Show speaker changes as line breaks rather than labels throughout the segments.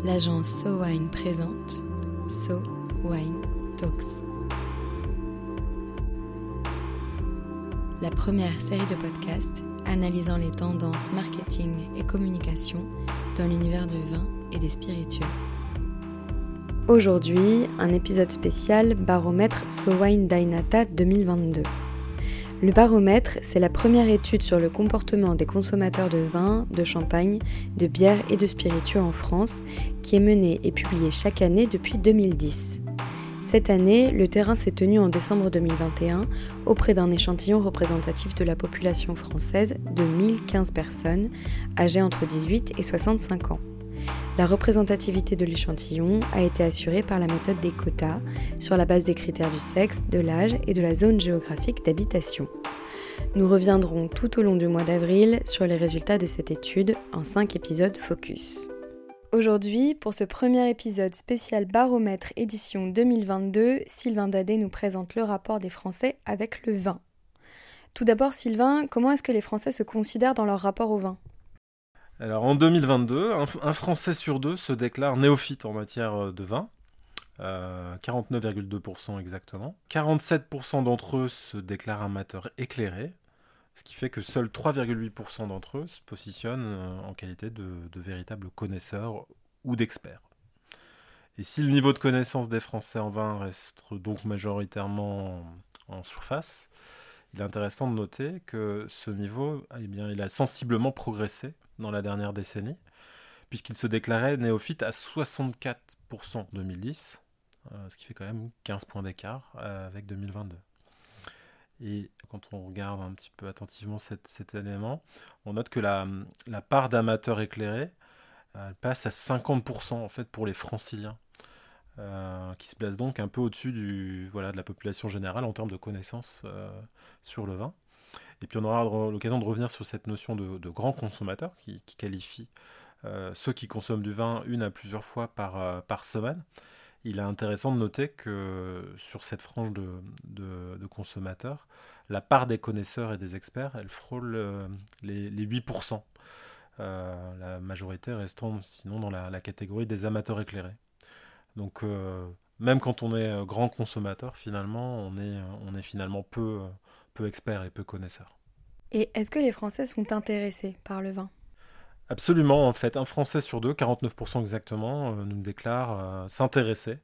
l'agence So Wine présente So Wine Talks. La première série de podcasts analysant les tendances marketing et communication dans l'univers du vin et des spiritueux. Aujourd'hui, un épisode spécial baromètre So Wine Dynata 2022. Le baromètre, c'est la première étude sur le comportement des consommateurs de vin, de champagne, de bière et de spiritueux en France, qui est menée et publiée chaque année depuis 2010. Cette année, le terrain s'est tenu en décembre 2021 auprès d'un échantillon représentatif de la population française de 1015 personnes, âgées entre 18 et 65 ans. La représentativité de l'échantillon a été assurée par la méthode des quotas, sur la base des critères du sexe, de l'âge et de la zone géographique d'habitation. Nous reviendrons tout au long du mois d'avril sur les résultats de cette étude en 5 épisodes focus. Aujourd'hui, pour ce premier épisode spécial baromètre édition 2022, Sylvain Dadé nous présente le rapport des Français avec le vin. Tout d'abord, Sylvain, comment est-ce que les Français se considèrent dans leur rapport au vin ?
Alors en 2022, un Français sur deux se déclare néophyte en matière de vin, 49,2% exactement. 47% d'entre eux se déclarent amateurs éclairés, ce qui fait que seuls 3,8% d'entre eux se positionnent en qualité de véritables connaisseurs ou d'experts. Et si le niveau de connaissance des Français en vin reste donc majoritairement en surface, il est intéressant de noter que ce niveau, il a sensiblement progressé dans la dernière décennie, puisqu'il se déclarait néophyte à 64% en 2010, ce qui fait quand même 15 points d'écart avec 2022. Et quand on regarde un petit peu attentivement cet élément, on note que la part d'amateurs éclairés elle passe à 50% en fait pour les franciliens, qui se place donc un peu au-dessus de la population générale en termes de connaissances sur le vin. Et puis on aura l'occasion de revenir sur cette notion de grands consommateurs qui qualifie ceux qui consomment du vin une à plusieurs fois par semaine. Il est intéressant de noter que sur cette frange de consommateurs, la part des connaisseurs et des experts, elle frôle les 8%. La majorité restant sinon dans la catégorie des amateurs éclairés. Donc même quand on est grand consommateur, finalement, on est finalement peu expert et peu connaisseur.
Et est-ce que les Français sont intéressés par le vin ?
Absolument, en fait, un Français sur deux, 49% exactement, nous déclare s'intéresser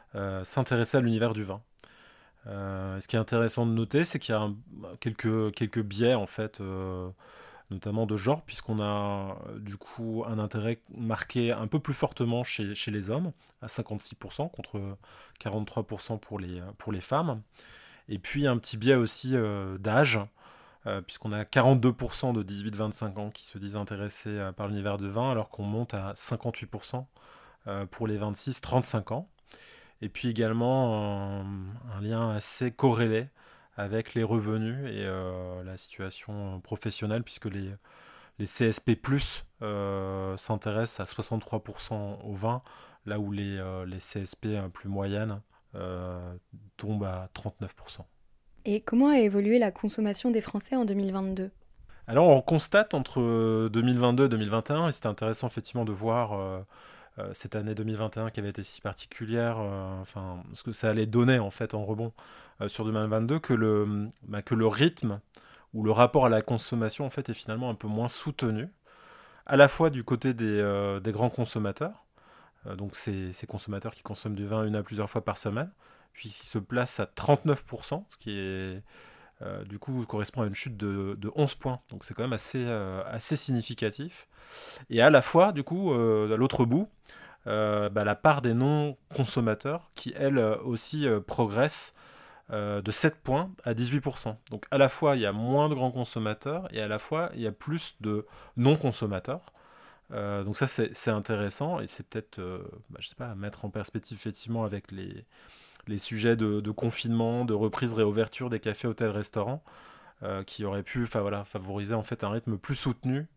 à l'univers du vin. Ce qui est intéressant de noter, c'est qu'il y a quelques biais, en fait, notamment de genre, puisqu'on a du coup un intérêt marqué un peu plus fortement chez les hommes, à 56% contre 43% pour les femmes. Et puis un petit biais aussi d'âge, puisqu'on a 42% de 18-25 ans qui se disent intéressés par l'univers du vin, alors qu'on monte à 58% pour les 26-35 ans. Et puis également un lien assez corrélé avec les revenus et la situation professionnelle, puisque les CSP+, s'intéressent à 63% au vin, là où les CSP plus moyennes tombent à 39%.
Et comment a évolué la consommation des Français en 2022 ?
Alors on constate entre 2022 et 2021, et c'était intéressant effectivement de voir cette année 2021 qui avait été si particulière, ce que ça allait donner en fait en rebond sur 2022, que le rythme ou le rapport à la consommation en fait est finalement un peu moins soutenu, à la fois du côté des grands consommateurs, donc ces consommateurs qui consomment du vin une à plusieurs fois par semaine, puis qui se placent à 39%, ce qui est du coup correspond à une chute de 11 points, donc c'est quand même assez significatif. Et à la fois, du coup, à l'autre bout, la part des non-consommateurs qui, elle aussi, progresse de 7 points à 18%. Donc à la fois, il y a moins de grands consommateurs et à la fois, il y a plus de non-consommateurs. Donc ça, c'est intéressant et c'est peut-être, je sais pas, à mettre en perspective effectivement avec les sujets de confinement, de reprise, réouverture des cafés, hôtels, restaurants, qui aurait pu favoriser en fait un rythme plus soutenu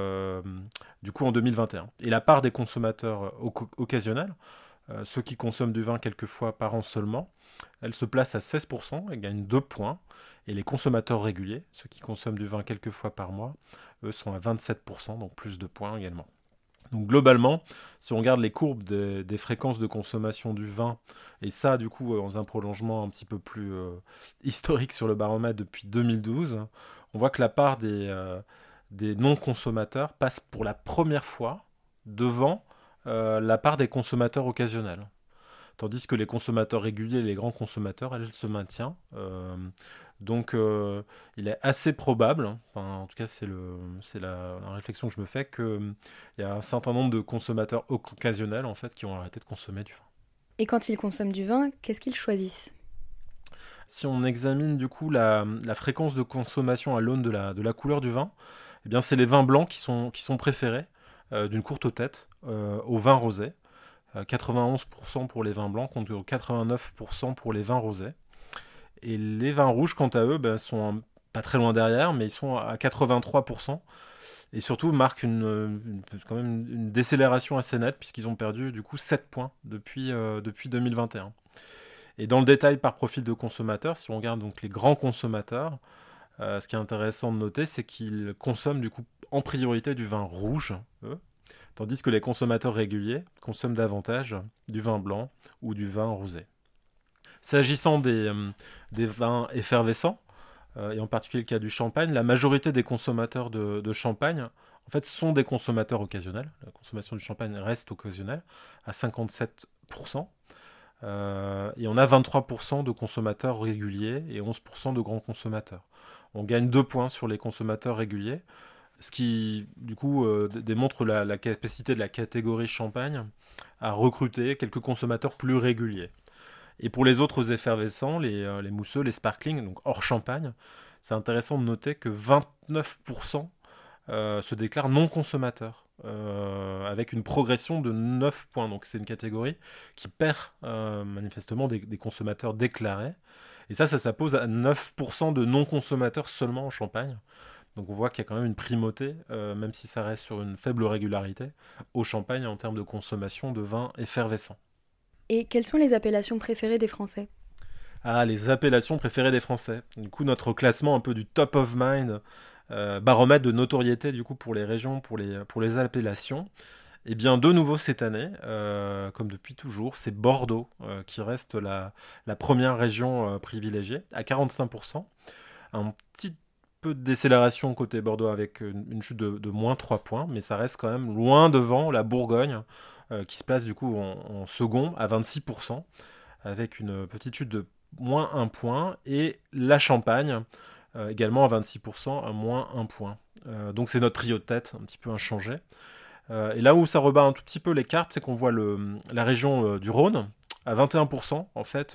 du coup en 2021. Et la part des consommateurs occasionnels, ceux qui consomment du vin quelques fois par an seulement, elle se place à 16% et gagne 2 points. Et les consommateurs réguliers, ceux qui consomment du vin quelques fois par mois, eux sont à 27%, donc plus de points également. Donc globalement, si on regarde les courbes des fréquences de consommation du vin, et ça du coup dans un prolongement un petit peu plus historique sur le baromètre depuis 2012, on voit que la part des non-consommateurs passe pour la première fois devant la part des consommateurs occasionnels. Tandis que les consommateurs réguliers, les grands consommateurs, elle se maintient. Donc il est assez probable, enfin, en tout cas c'est la réflexion que je me fais, qu'il y a un certain nombre de consommateurs occasionnels en fait, qui ont arrêté de consommer du vin.
Et quand ils consomment du vin, qu'est-ce qu'ils choisissent?
Si on examine du coup la fréquence de consommation à l'aune de la couleur du vin, eh bien c'est les vins blancs qui sont préférés d'une courte tête aux vins rosés. 91% pour les vins blancs contre 89% pour les vins rosés. Et les vins rouges, quant à eux, sont pas très loin derrière, mais ils sont à 83%. Et surtout marquent quand même une décélération assez nette, puisqu'ils ont perdu du coup 7 points depuis 2021. Et dans le détail par profil de consommateur, si on regarde donc les grands consommateurs, ce qui est intéressant de noter, c'est qu'ils consomment du coup en priorité du vin rouge, eux, tandis que les consommateurs réguliers consomment davantage du vin blanc ou du vin rosé. S'agissant des vins effervescents, et en particulier le cas du champagne, la majorité des consommateurs de champagne, en fait, sont des consommateurs occasionnels. La consommation du champagne reste occasionnelle à 57%. Et on a 23% de consommateurs réguliers et 11% de grands consommateurs. On gagne 2 points sur les consommateurs réguliers, ce qui, du coup, démontre la capacité de la catégorie champagne à recruter quelques consommateurs plus réguliers. Et pour les autres effervescents, les mousseux, les sparkling, donc hors champagne, c'est intéressant de noter que 29% se déclarent non consommateurs, avec une progression de 9 points. Donc c'est une catégorie qui perd manifestement des consommateurs déclarés. Et ça pose à 9% de non consommateurs seulement en Champagne. Donc on voit qu'il y a quand même une primauté, même si ça reste sur une faible régularité, au Champagne en termes de consommation de vin effervescent.
Et quelles sont les appellations préférées des Français?
Ah, les appellations préférées des Français. Du coup, notre classement un peu du top of mind, baromètre de notoriété du coup pour les régions, pour les appellations. Eh bien, de nouveau cette année, comme depuis toujours, c'est Bordeaux qui reste la première région privilégiée, à 45%. Un petit peu de décélération côté Bordeaux avec une chute de moins 3 points, mais ça reste quand même loin devant la Bourgogne, qui se place du coup en second à 26%, avec une petite chute de moins 1 point, et la Champagne, également à 26%, à moins 1 point. Donc c'est notre trio de tête, un petit peu inchangé. Et là où ça rebat un tout petit peu les cartes, c'est qu'on voit la région du Rhône à 21%, en fait,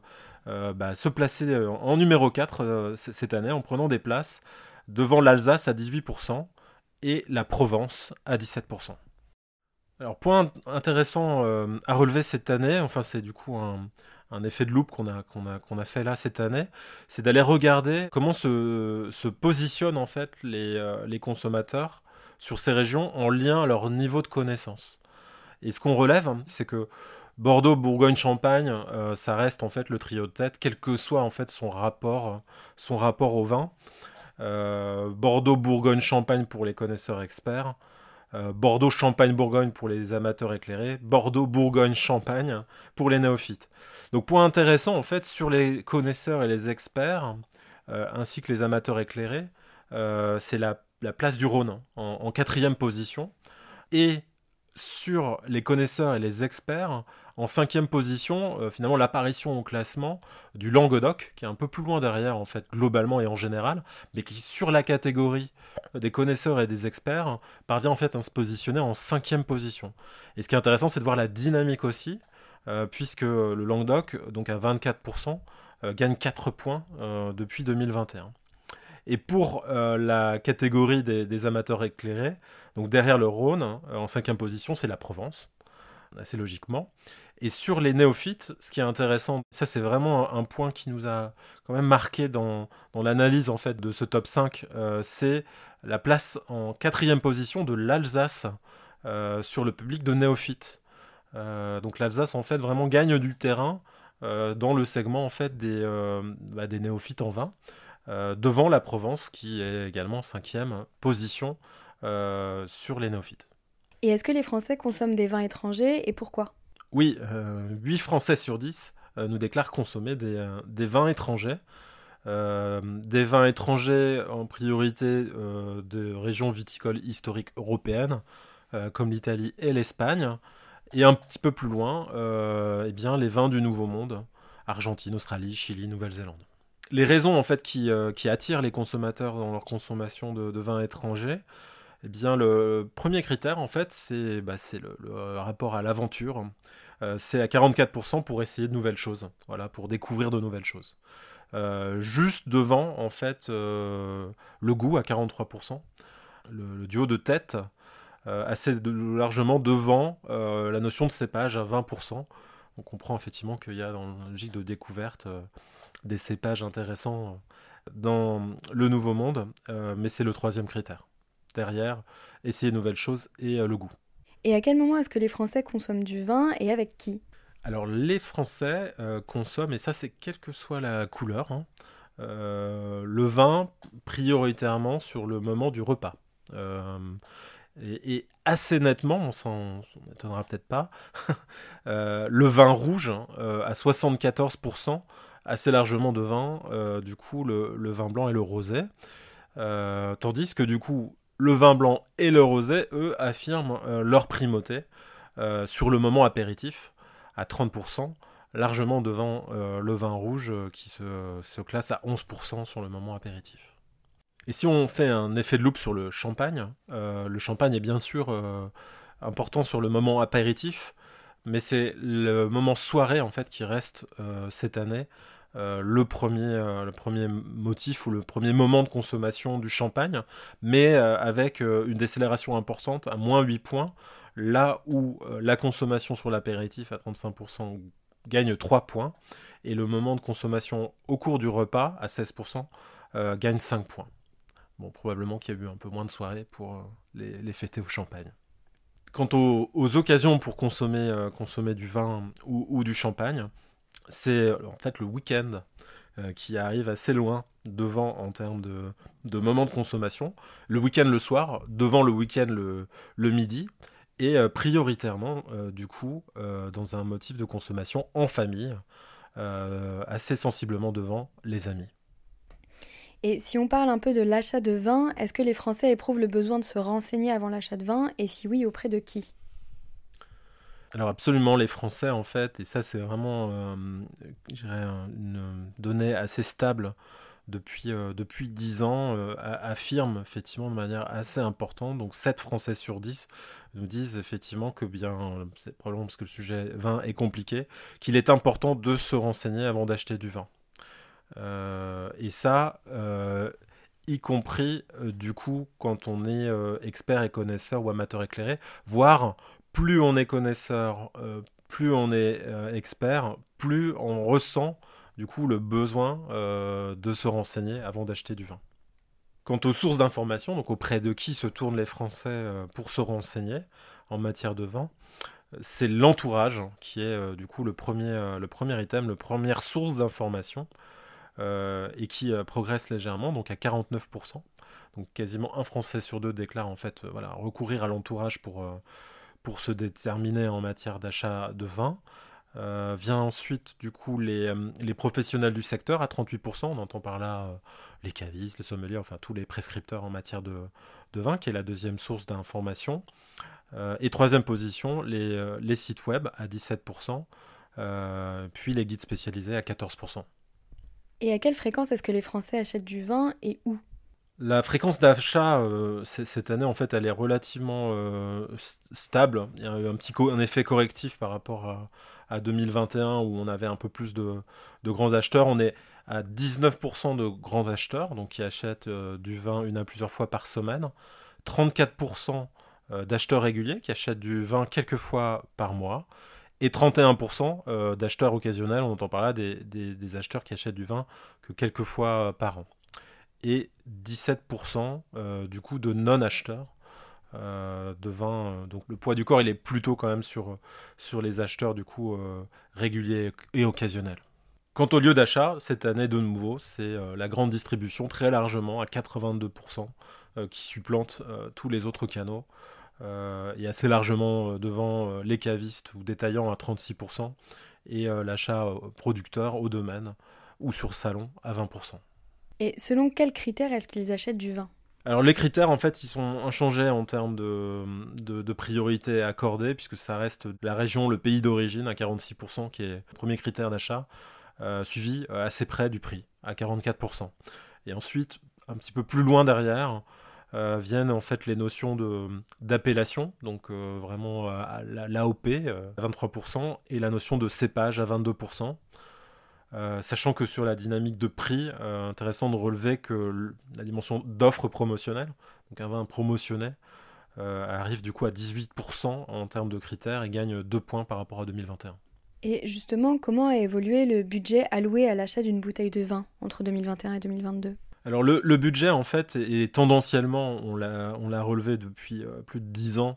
se placer en numéro 4 cette année en prenant des places devant l'Alsace à 18% et la Provence à 17%. Alors, point intéressant à relever cette année, enfin c'est du coup un effet de loupe qu'on a fait là cette année, c'est d'aller regarder comment se positionnent en fait les consommateurs sur ces régions en lien à leur niveau de connaissance. Et ce qu'on relève, c'est que Bordeaux, Bourgogne, Champagne, ça reste en fait le trio de tête, quel que soit en fait son rapport au vin. Bordeaux, Bourgogne, Champagne pour les connaisseurs experts. Bordeaux, Champagne, Bourgogne pour les amateurs éclairés. Bordeaux, Bourgogne, Champagne pour les néophytes. Donc point intéressant en fait sur les connaisseurs et les experts, ainsi que les amateurs éclairés, c'est la place du Rhône en quatrième position. Et sur les connaisseurs et les experts, en cinquième position, finalement l'apparition au classement du Languedoc, qui est un peu plus loin derrière en fait globalement et en général, mais qui sur la catégorie des connaisseurs et des experts parvient en fait à se positionner en cinquième position. Et ce qui est intéressant, c'est de voir la dynamique aussi, puisque le Languedoc, donc à 24%, gagne 4 points depuis 2021. Et pour la catégorie des amateurs éclairés, donc derrière le Rhône, en cinquième position, c'est la Provence, assez logiquement. Et sur les néophytes, ce qui est intéressant, ça c'est vraiment un point qui nous a quand même marqué dans l'analyse en fait de ce top 5, c'est la place en quatrième position de l'Alsace sur le public de néophytes. Donc l'Alsace en fait vraiment gagne du terrain dans le segment en fait des néophytes en vin. Devant la Provence qui est également cinquième position sur les néophytes.
Et est-ce que les Français consomment des vins étrangers et pourquoi?
Oui, 8 Français sur 10 nous déclarent consommer des vins étrangers. Des vins étrangers en priorité de régions viticoles historiques européennes, comme l'Italie et l'Espagne. Et un petit peu plus loin, eh bien, les vins du Nouveau Monde, Argentine, Australie, Chili, Nouvelle-Zélande. Les raisons en fait qui attirent les consommateurs dans leur consommation de vins étrangers, eh bien, le premier critère en fait, c'est le rapport à l'aventure. C'est à 44% pour essayer de nouvelles choses, voilà, pour découvrir de nouvelles choses. Juste devant en fait le goût à 43%, le duo de tête largement devant la notion de cépage à 20%. On comprend effectivement qu'il y a dans la logique de découverte des cépages intéressants dans le Nouveau Monde, mais c'est le troisième critère. Derrière, essayer de nouvelles choses et le goût.
Et à quel moment est-ce que les Français consomment du vin et avec qui?
Alors les Français consomment, et ça c'est quelle que soit la couleur, hein, le vin prioritairement sur le moment du repas. Et assez nettement, on s'en étonnera peut-être pas, le vin rouge à 74%, assez largement devant du coup le vin blanc et le rosé. Tandis que du coup le vin blanc et le rosé, eux, affirment leur primauté sur le moment apéritif à 30%, largement devant le vin rouge qui se classe à 11% sur le moment apéritif. Et si on fait un effet de loupe sur le champagne est bien sûr important sur le moment apéritif, mais c'est le moment soirée en fait qui reste cette année le premier motif ou le premier moment de consommation du champagne, mais avec une décélération importante à moins 8 points, là où la consommation sur l'apéritif à 35% gagne 3 points, et le moment de consommation au cours du repas à 16% gagne 5 points. Bon, probablement qu'il y a eu un peu moins de soirées pour les fêter au champagne. Quant aux occasions pour consommer du vin ou du champagne, c'est en fait le week-end qui arrive assez loin devant en termes de moments de consommation. Le week-end le soir, devant le week-end le midi, et prioritairement, du coup, dans un motif de consommation en famille, assez sensiblement devant les amis.
Et si on parle un peu de l'achat de vin, est-ce que les Français éprouvent le besoin de se renseigner avant l'achat de vin et si oui, auprès de qui?
Alors absolument, les Français en fait, et ça c'est vraiment, je dirais, une donnée assez stable depuis 10 ans, affirment effectivement de manière assez importante, donc 7 Français sur 10 nous disent effectivement que bien, c'est probablement parce que le sujet vin est compliqué, qu'il est important de se renseigner avant d'acheter du vin. Et ça, y compris du coup quand on est expert et connaisseur ou amateur éclairé, voire plus on est connaisseur, plus on est expert, plus on ressent du coup le besoin de se renseigner avant d'acheter du vin. Quant aux sources d'information, donc auprès de qui se tournent les Français pour se renseigner en matière de vin, c'est l'entourage qui est du coup le premier item, la première source d'information et qui progresse légèrement, donc à 49%. Donc quasiment un Français sur deux déclare en fait recourir à l'entourage pour se déterminer en matière d'achat de vin. Vient ensuite du coup les professionnels du secteur à 38%, on entend par là les cavistes, les sommeliers, enfin tous les prescripteurs en matière de vin, qui est la deuxième source d'information. Et troisième position, les sites web à 17%, puis les guides spécialisés à 14%.
Et à quelle fréquence est-ce que les Français achètent du vin et où?
La fréquence d'achat cette année, en fait, elle est relativement stable. Il y a eu un effet correctif par rapport à 2021 où on avait un peu plus de grands acheteurs. On est à 19% de grands acheteurs, donc qui achètent du vin une à plusieurs fois par semaine. 34% d'acheteurs réguliers qui achètent du vin quelques fois par mois. Et 31% d'acheteurs occasionnels, on entend par là des acheteurs qui achètent du vin que quelques fois par an. Et 17% du coup de non-acheteurs de vin. Donc le poids du corps, il est plutôt quand même sur les acheteurs du coup réguliers et occasionnels. Quant au lieu d'achat, cette année de nouveau, c'est la grande distribution très largement à 82% qui supplante tous les autres canaux. et assez largement devant les cavistes ou détaillants à 36%, et l'achat producteur au domaine ou sur salon à 20%.
Et selon quels critères est-ce qu'ils achètent du vin ?
Alors les critères, en fait, ils sont inchangés en termes de priorité accordée, puisque ça reste la région, le pays d'origine à 46%, qui est le premier critère d'achat, suivi assez près du prix, à 44%. Et ensuite, un petit peu plus loin derrière, viennent en fait les notions d'appellation, donc vraiment l'AOP, 23%, et la notion de cépage à 22%. Sachant que sur la dynamique de prix, intéressant de relever que la dimension d'offre promotionnelle, donc un vin promotionné, arrive du coup à 18% en termes de critères et gagne 2 points par rapport à 2021.
Et justement, comment a évolué le budget alloué à l'achat d'une bouteille de vin entre 2021 et 2022 ?
Alors le budget, en fait, est tendanciellement, on l'a relevé depuis plus de 10 ans,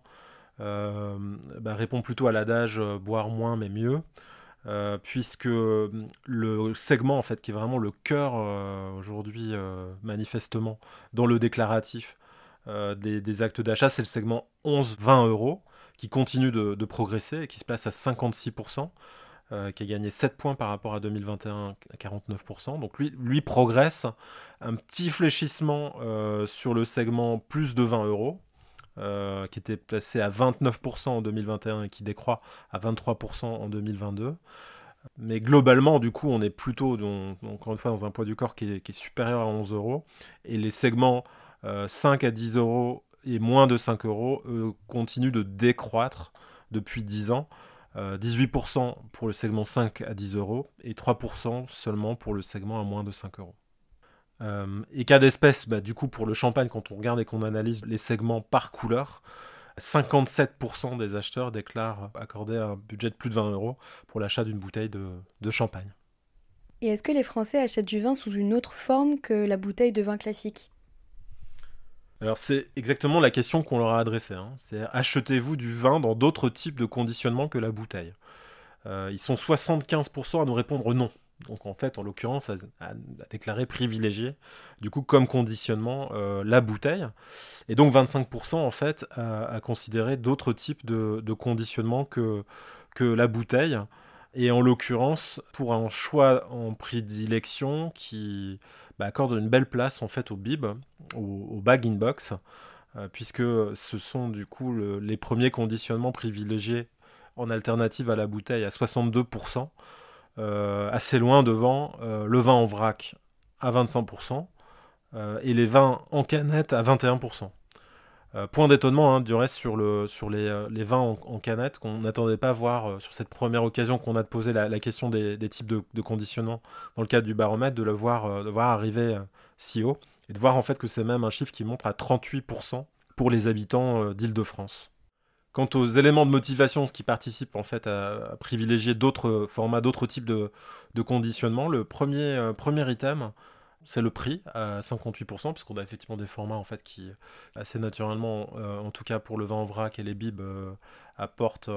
répond plutôt à l'adage boire moins mais mieux. Puisque le segment en fait qui est vraiment le cœur aujourd'hui manifestement dans le déclaratif des actes d'achat, c'est le segment 11-20 euros qui continue de progresser et qui se place à 56%, qui a gagné 7 points par rapport à 2021 à 49%. Donc lui progresse, un petit fléchissement sur le segment plus de 20 euros. Qui était placé à 29% en 2021 et qui décroît à 23% en 2022. Mais globalement, du coup, on est plutôt, encore une fois, dans un poids du corps qui est supérieur à 11 euros. Et les segments 5 à 10 euros et moins de 5 euros continuent de décroître depuis 10 ans. 18% pour le segment 5 à 10 euros et 3% seulement pour le segment à moins de 5 euros. Et cas d'espèce, du coup pour le champagne, quand on regarde et qu'on analyse les segments par couleur, 57% des acheteurs déclarent accorder un budget de plus de 20 euros pour l'achat d'une bouteille de champagne.
Et est-ce que les Français achètent du vin sous une autre forme que la bouteille de vin classique ?
Alors c'est exactement la question qu'on leur a adressée. C'est-à-dire, achetez-vous du vin dans d'autres types de conditionnement que la bouteille ? Ils sont 75% à nous répondre non. Donc en fait, en l'occurrence, a déclaré privilégier, du coup, comme conditionnement, la bouteille. Et donc 25% en fait a considéré d'autres types de conditionnement que la bouteille. Et en l'occurrence, pour un choix en prédilection qui accorde une belle place en fait au bib, au bag-in-box, puisque ce sont du coup les premiers conditionnements privilégiés en alternative à la bouteille à 62%. Assez loin devant le vin en vrac à 25% et les vins en canette à 21%. Point d'étonnement du reste sur les vins en canette qu'on n'attendait pas voir sur cette première occasion qu'on a de poser la question des types de conditionnement dans le cadre du baromètre, de voir arriver si haut et de voir en fait que c'est même un chiffre qui monte à 38% pour les habitants d'Île-de-France. Quant aux éléments de motivation, ce qui participe en fait à privilégier d'autres formats, d'autres types de conditionnement, le premier item, c'est le prix à 58%, puisqu'on a effectivement des formats en fait qui, assez naturellement, en tout cas pour le vin en vrac et les bibs, apportent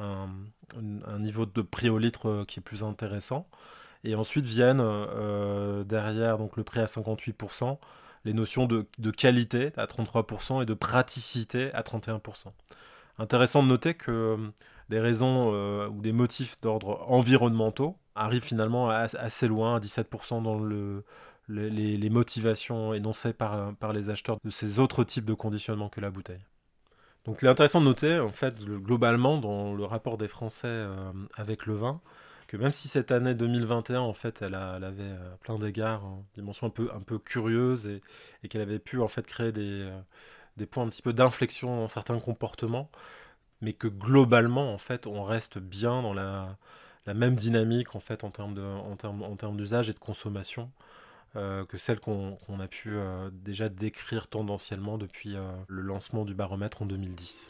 un niveau de prix au litre qui est plus intéressant. Et ensuite viennent derrière donc le prix à 58%, les notions de qualité à 33% et de praticité à 31%. Intéressant de noter que des raisons ou des motifs d'ordre environnementaux arrivent finalement assez loin, à 17% dans les motivations énoncées par les acheteurs de ces autres types de conditionnement que la bouteille. Donc il est intéressant de noter, en fait, globalement, dans le rapport des Français avec le vin, que même si cette année 2021, en fait, elle avait plein d'égards, une dimension un peu curieuse, et qu'elle avait pu, en fait, créer des points un petit peu d'inflexion dans certains comportements, mais que globalement, en fait, on reste bien dans la même dynamique, en fait, en termes d'usage et de consommation, que celle qu'on a pu déjà décrire tendanciellement depuis le lancement du baromètre en 2010.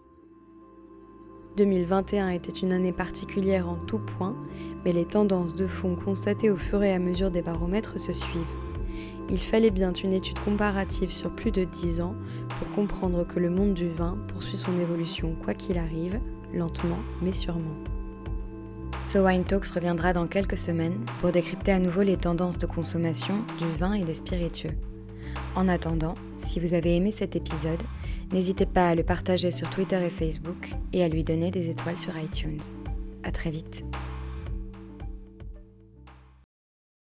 2021 était une année particulière en tout point, mais les tendances de fond constatées au fur et à mesure des baromètres se suivent. Il fallait bien une étude comparative sur plus de 10 ans pour comprendre que le monde du vin poursuit son évolution quoi qu'il arrive, lentement mais sûrement. So Wine Talks reviendra dans quelques semaines pour décrypter à nouveau les tendances de consommation du vin et des spiritueux. En attendant, si vous avez aimé cet épisode, N'hésitez pas à le partager sur Twitter et Facebook et à lui donner des étoiles sur iTunes. À très vite.